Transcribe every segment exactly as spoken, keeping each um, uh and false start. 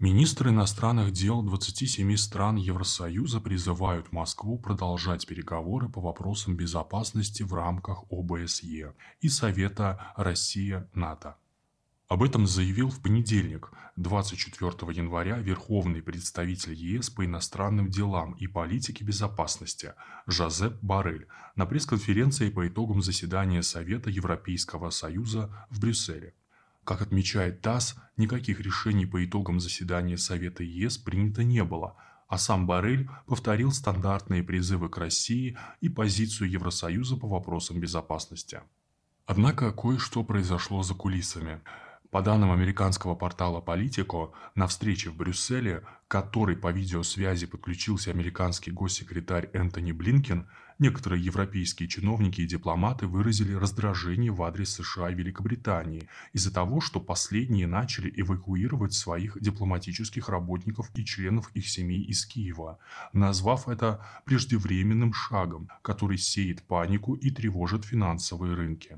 Министры иностранных дел двадцати семи стран Евросоюза призывают Москву продолжать переговоры по вопросам безопасности в рамках О Б С Е и Совета Россия-НАТО. Об этом заявил в понедельник, двадцать четвёртого января, Верховный представитель Е С по иностранным делам и политике безопасности Жозеп Боррель на пресс-конференции по итогам заседания Совета Европейского Союза в Брюсселе. Как отмечает Т А С С, никаких решений по итогам заседания Совета Е С принято не было, а сам Боррель повторил стандартные призывы к России и позицию Евросоюза по вопросам безопасности. Однако кое-что произошло за кулисами. По данным американского портала Politico, на встрече в Брюсселе, к которой по видеосвязи подключился американский госсекретарь Энтони Блинкен, некоторые европейские чиновники и дипломаты выразили раздражение в адрес С Ш А и Великобритании из-за того, что последние начали эвакуировать своих дипломатических работников и членов их семей из Киева, назвав это преждевременным шагом, который сеет панику и тревожит финансовые рынки.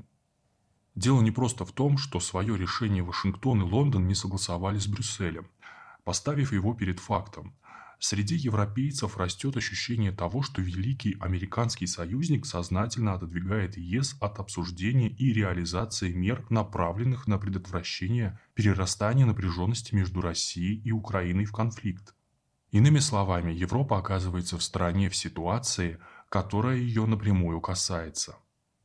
Дело не просто в том, что свое решение Вашингтон и Лондон не согласовали с Брюсселем, поставив его перед фактом. Среди европейцев растет ощущение того, что великий американский союзник сознательно отодвигает Е С от обсуждения и реализации мер, направленных на предотвращение перерастания напряженности между Россией и Украиной в конфликт. Иными словами, Европа оказывается в стороне в ситуации, которая ее напрямую касается.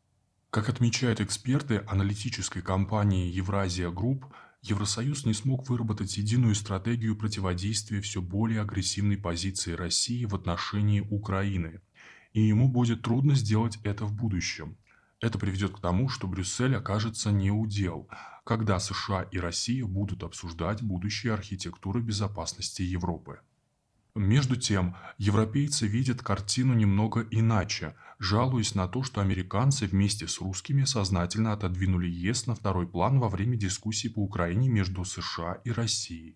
Как отмечают эксперты аналитической компании Евразия Групп, Евросоюз не смог выработать единую стратегию противодействия все более агрессивной позиции России в отношении Украины, и ему будет трудно сделать это в будущем. Это приведет к тому, что Брюссель окажется не у дел, когда С Ш А и Россия будут обсуждать будущие архитектуры безопасности Европы. Между тем, европейцы видят картину немного иначе, жалуясь на то, что американцы вместе с русскими сознательно отодвинули Е С на второй план во время дискуссий по Украине между С Ш А и Россией.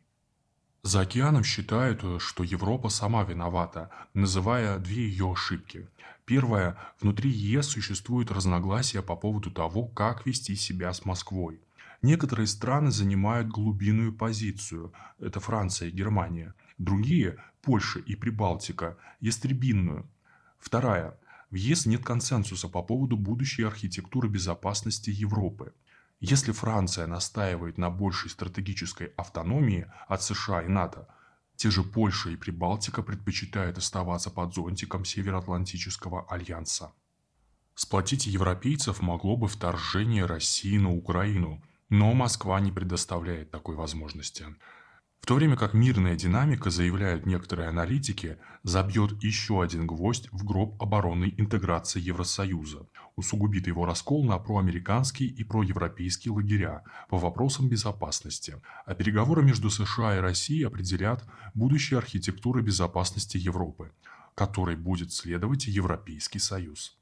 За океаном считают, что Европа сама виновата, называя две ее ошибки. Первое. Внутри Е С существуют разногласия по поводу того, как вести себя с Москвой. Некоторые страны занимают глубинную позицию – это Франция и Германия. Другие – Польша и Прибалтика – ястребинную. Вторая. В Е С нет консенсуса по поводу будущей архитектуры безопасности Европы. Если Франция настаивает на большей стратегической автономии от С Ш А и НАТО, те же Польша и Прибалтика предпочитают оставаться под зонтиком Североатлантического альянса. Сплотить европейцев могло бы вторжение России на Украину, но Москва не предоставляет такой возможности. В то время как мирная динамика, заявляют некоторые аналитики, забьет еще один гвоздь в гроб оборонной интеграции Евросоюза, усугубит его раскол на проамериканские и проевропейские лагеря по вопросам безопасности, а переговоры между С Ш А и Россией определят будущую архитектуру безопасности Европы, которой будет следовать Европейский Союз.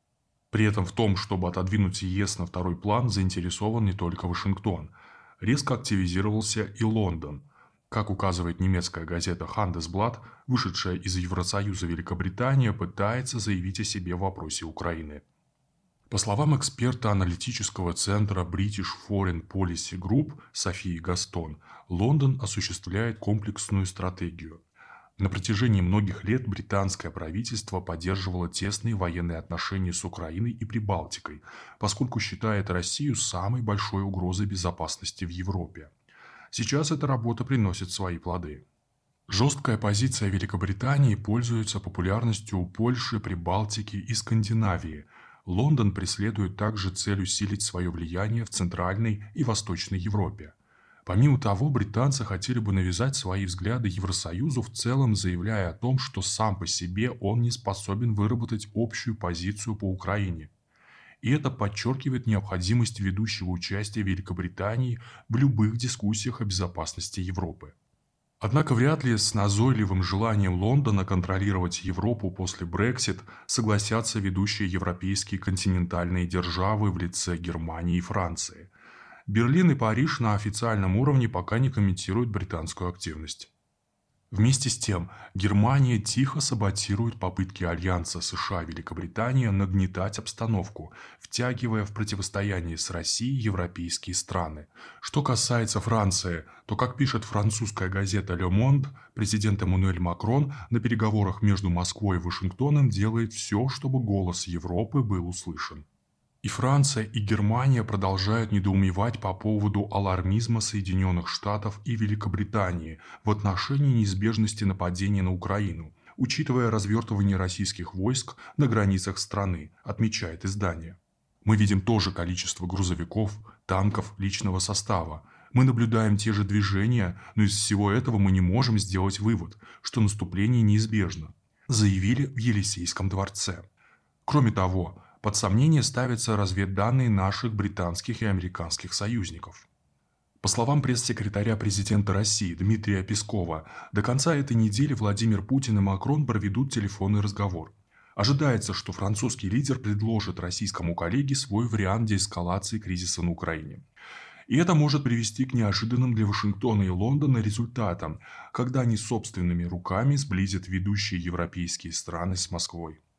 При этом в том, чтобы отодвинуть Е С на второй план, заинтересован не только Вашингтон. Резко активизировался и Лондон. Как указывает немецкая газета Handelsblatt, вышедшая из Евросоюза Великобритания пытается заявить о себе в вопросе Украины. По словам эксперта аналитического центра British Foreign Policy Group Софии Гастон, Лондон осуществляет комплексную стратегию. На протяжении многих лет британское правительство поддерживало тесные военные отношения с Украиной и Прибалтикой, поскольку считает Россию самой большой угрозой безопасности в Европе. Сейчас эта работа приносит свои плоды. Жесткая позиция Великобритании пользуется популярностью у Польши, Прибалтики и Скандинавии. Лондон преследует также цель усилить свое влияние в Центральной и Восточной Европе. Помимо того, британцы хотели бы навязать свои взгляды Евросоюзу, в целом заявляя о том, что сам по себе он не способен выработать общую позицию по Украине. И это подчеркивает необходимость ведущего участия Великобритании в любых дискуссиях о безопасности Европы. Однако вряд ли с назойливым желанием Лондона контролировать Европу после Брексит согласятся ведущие европейские континентальные державы в лице Германии и Франции. Берлин и Париж на официальном уровне пока не комментируют британскую активность. Вместе с тем, Германия тихо саботирует попытки альянса США и Великобритания нагнетать обстановку, втягивая в противостояние с Россией европейские страны. Что касается Франции, то, как пишет французская газета «Le Monde», президент Эммануэль Макрон на переговорах между Москвой и Вашингтоном делает все, чтобы голос Европы был услышан. И Франция, и Германия продолжают недоумевать по поводу алармизма Соединенных Штатов и Великобритании в отношении неизбежности нападения на Украину, учитывая развертывание российских войск на границах страны, отмечает издание. Мы видим то же количество грузовиков, танков, личного состава. Мы наблюдаем те же движения, но из всего этого мы не можем сделать вывод, что наступление неизбежно, заявили в Елисейском дворце. Кроме того, под сомнение ставятся разведданные наших британских и американских союзников. По словам пресс-секретаря президента России Дмитрия Пескова, до конца этой недели Владимир Путин и Макрон проведут телефонный разговор. Ожидается, что французский лидер предложит российскому коллеге свой вариант деэскалации кризиса на Украине. И это может привести к неожиданным для Вашингтона и Лондона результатам, когда они собственными руками сблизят ведущие европейские страны с Москвой.